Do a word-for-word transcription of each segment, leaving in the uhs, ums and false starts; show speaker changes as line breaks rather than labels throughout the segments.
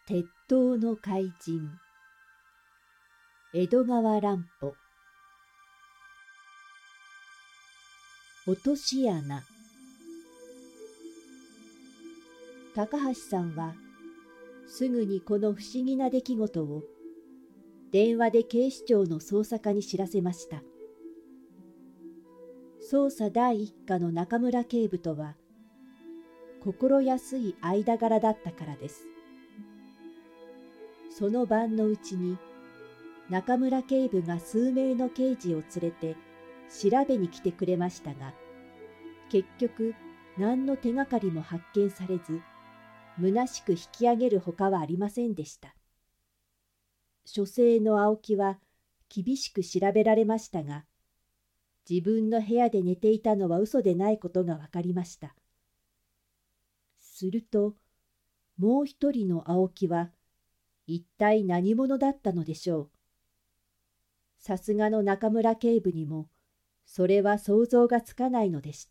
鉄塔の怪人、江戸川乱歩。落とし穴。高橋さんはすぐにこの不思議な出来事を電話で警視庁の捜査課に知らせました。捜査第一課の中村警部とは心安い間柄だったからです。その晩のうちに中村警部が数名の刑事を連れて調べに来てくれましたが、結局何の手がかりも発見されず、虚しく引き上げるほかはありませんでした。書生の青木は厳しく調べられましたが、自分の部屋で寝ていたのは嘘でないことがわかりました。すると、もう一人の青木は一体何者だったのでしょう。さすがの中村警部にもそれは想像がつかないのでした。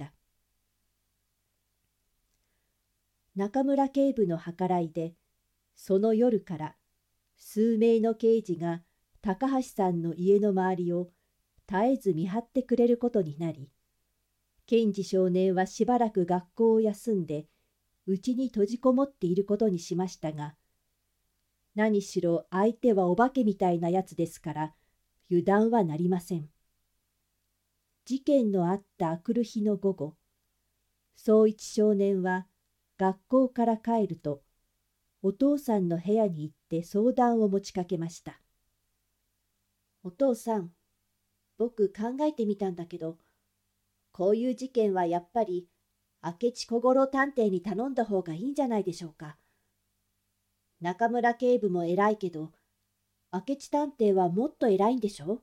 中村警部の計らいで、その夜から数名の刑事が高橋さんの家の周りを絶えず見張ってくれることになり、検事少年はしばらく学校を休んでうちに閉じこもっていることにしましたが、何しろ相手はお化けみたいなやつですから油断はなりません。事件のあったあくる日の午後、宗一少年は学校から帰るとお父さんの部屋に行って相談を持ちかけました。お父さん、僕考えてみたんだけど、こういう事件はやっぱり明智小五郎探偵に頼んだ方がいいんじゃないでしょうか。中村警部も偉いけど、明智探偵はもっと偉いんでしょ。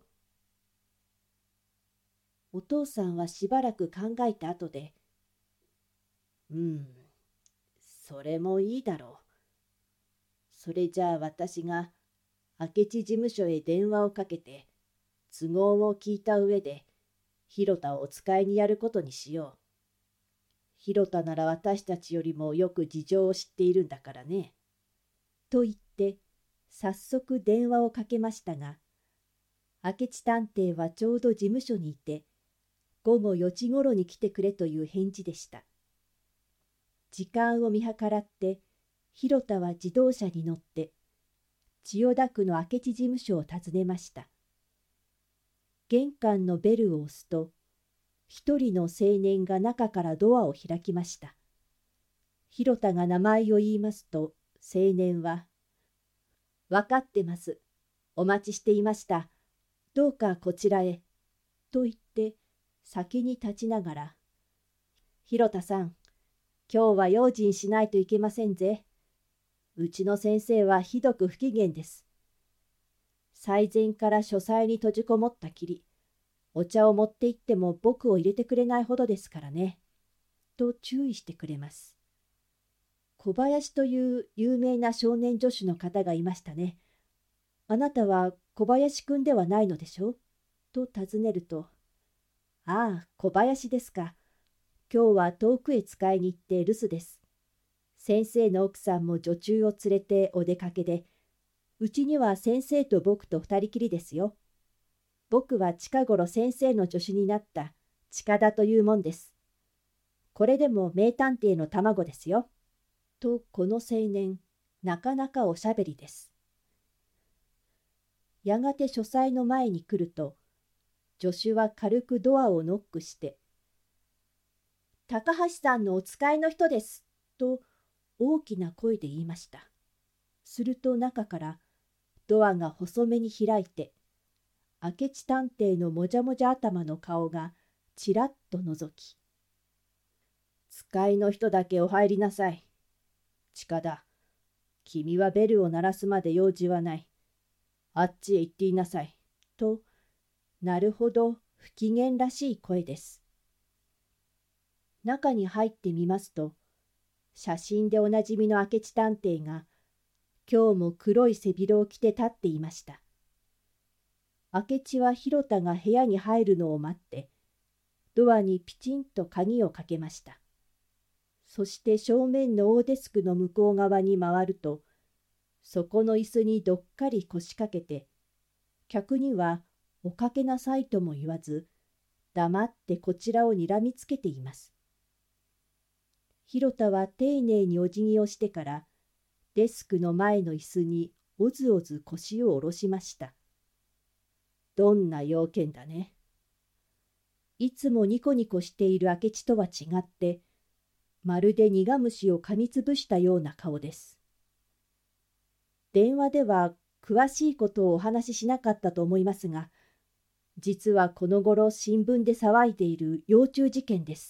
お父さんはしばらく考えた後で、うん、それもいいだろう。それじゃあ私が明智事務所へ電話をかけて、都合を聞いた上で、広田をお使いにやることにしよう。広田なら私たちよりもよく事情を知っているんだからね。と言って、早速電話をかけましたが、明智探偵はちょうど事務所にいて、午後よじごろに来てくれという返事でした。時間を見計らって、広田は自動車に乗って、千代田区の明智事務所を訪ねました。玄関のベルを押すと、一人の青年が中からドアを開きました。広田が名前を言いますと、青年は、わかってます。お待ちしていました。どうかこちらへ。と言って、先に立ちながら、広田さん、今日は用心しないといけませんぜ。うちの先生はひどく不機嫌です。最前から書斎に閉じこもったきり、お茶を持って行っても僕を入れてくれないほどですからね。と注意してくれます。小林という有名な少年助手の方がいましたね。あなたは小林くんではないのでしょ。と尋ねると、ああ、小林ですか。今日は遠くへ使いに行って留守です。先生の奥さんも女中を連れてお出かけで、うちには先生と僕と二人きりですよ。僕は近頃先生の助手になった近田というもんです。これでも名探偵の卵ですよ。とこの青年、なかなかおしゃべりです。やがて書斎の前に来ると、助手は軽くドアをノックして、高橋さんのお使いの人です。と大きな声で言いました。すると中からドアが細めに開いて、明智探偵のもじゃもじゃ頭の顔がちらっと覗き、使いの人だけお入りなさい。近田、君はベルを鳴らすまで用事はない。あっちへ行っていなさい。と、なるほど不機嫌らしい声です。中に入ってみますと、写真でおなじみの明智探偵が、今日も黒い背広を着て立っていました。明智は広田が部屋に入るのを待って、ドアにピチンと鍵をかけました。そして正面の大デスクの向こう側に回ると、 そこの椅子にどっかり腰掛けて、客にはおかけなさいとも言わず、黙ってこちらをにらみつけています。広田は丁寧にお辞儀をしてから、デスクの前の椅子におずおず腰を下ろしました。どんな用件だね。いつもニコニコしている明智とは違って、まるで苦虫を噛みつぶしたような顔です。電話では詳しいことをお話ししなかったと思いますが、実はこの頃新聞で騒いでいる幼虫事件です。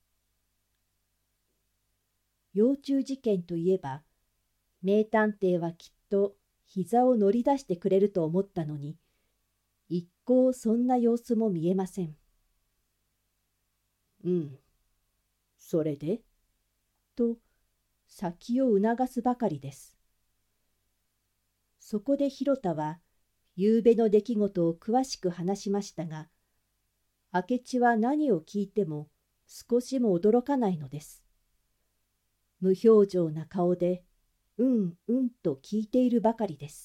幼虫事件といえば、名探偵はきっと膝を乗り出してくれると思ったのに、一向そんな様子も見えません。うん、それでと先を促すばかりです。そこで広田は、ゆうべの出来事を詳しく話しましたが、明智は何を聞いても少しも驚かないのです。無表情な顔で、うんうんと聞いているばかりです。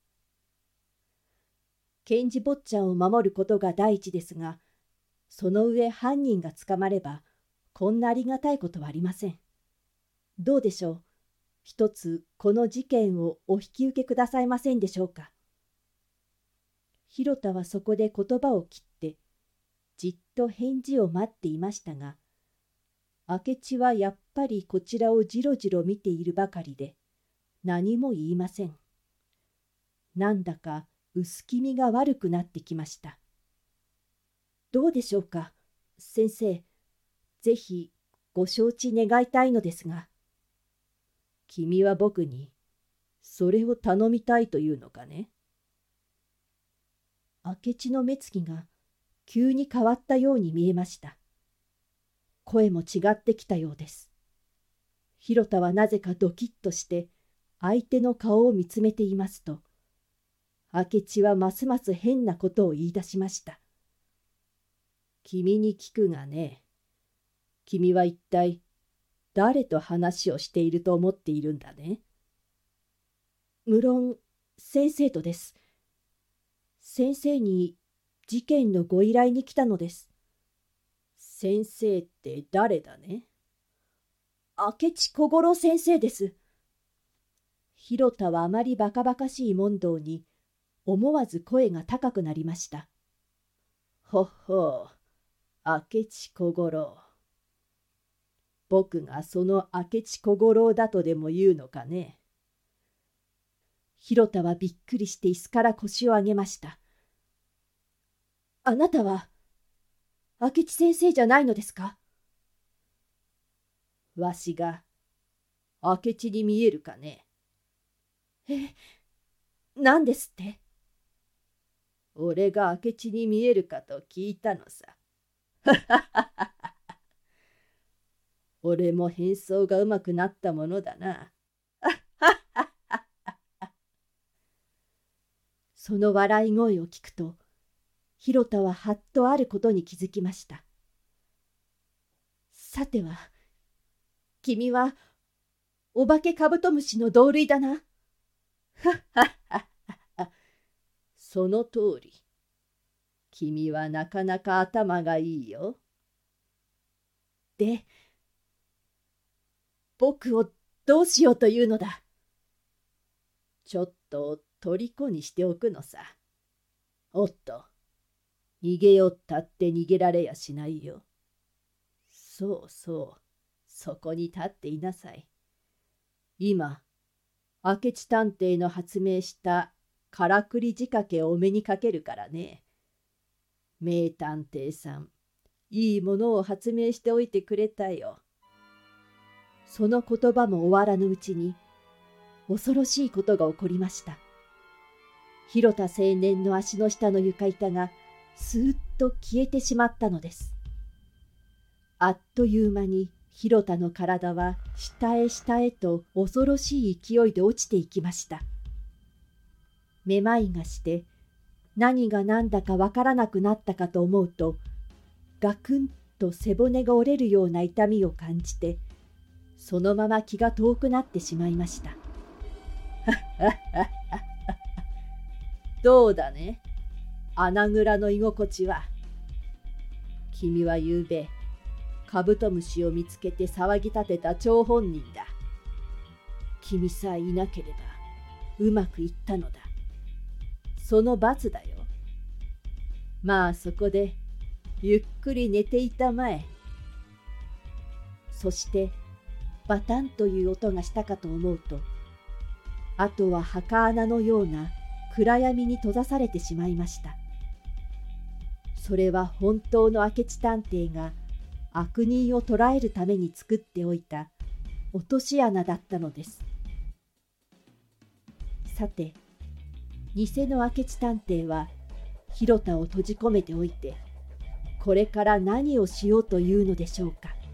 検事坊ちゃんを守ることが第一ですが、その上犯人が捕まれば、こんなありがたいことはありません。どうでしょう。一つこの事件をお引き受けくださいませんでしょうか。広田はそこで言葉を切って、じっと返事を待っていましたが、明智はやっぱりこちらをじろじろ見ているばかりで、何も言いません。なんだか薄気味が悪くなってきました。どうでしょうか、先生。ぜひご承知願いたいのですが。君は僕にそれを頼みたいというのかね。明智の目つきが急に変わったように見えました。声も違ってきたようです。広田はなぜかドキッとして相手の顔を見つめていますと、明智はますます変なことを言い出しました。君に聞くがね、君は一体誰と話をしていると思っているんだね。無論先生とです。先生に事件のご依頼に来たのです。先生って誰だね。明智小五郎先生です。広田はあまりバカバカしい問答に思わず声が高くなりました。ほっほう、明智小五郎。僕がその明智小五郎だとでも言うのかね。広田はびっくりして椅子から腰を上げました。あなたは明智先生じゃないのですか。わしが明智に見えるかね。え、何ですって。俺が明智に見えるかと聞いたのさ。俺も変装がうまくなったものだな。その笑い声を聞くと、広田ははっとあることに気づきました。さては、君はお化けカブトムシの同類だな。その通り。君はなかなか頭がいいよ。で、僕をどうしようというのだ。ちょっと虜にしておくのさ。おっと、逃げよったって逃げられやしないよ。そうそう、そこに立っていなさい。今、明智探偵の発明したからくり仕掛けをお目にかけるからね。名探偵さん、いいものを発明しておいてくれたよ。その言葉も終わらぬうちに、恐ろしいことが起こりました。広田青年の足の下の床板がスーッと消えてしまったのです。あっという間に広田の体は下へ下へと恐ろしい勢いで落ちていきました。めまいがして何が何だかわからなくなったかと思うと、ガクンと背骨が折れるような痛みを感じて、そのまま気が遠くなってしまいました。 どうだね、穴蔵の居心地は。君はゆうべ、カブトムシを見つけて騒ぎ立てた張本人だ。君さえいなければうまくいったのだ。その罰だよ。まあそこでゆっくり寝ていたまえ。そしてバタンという音がしたかと思うと、あとは墓穴のような暗闇に閉ざされてしまいました。それは本当の明智探偵が悪人を捕らえるために作っておいた落とし穴だったのです。さて、偽の明智探偵は広田を閉じ込めておいて、これから何をしようというのでしょうか。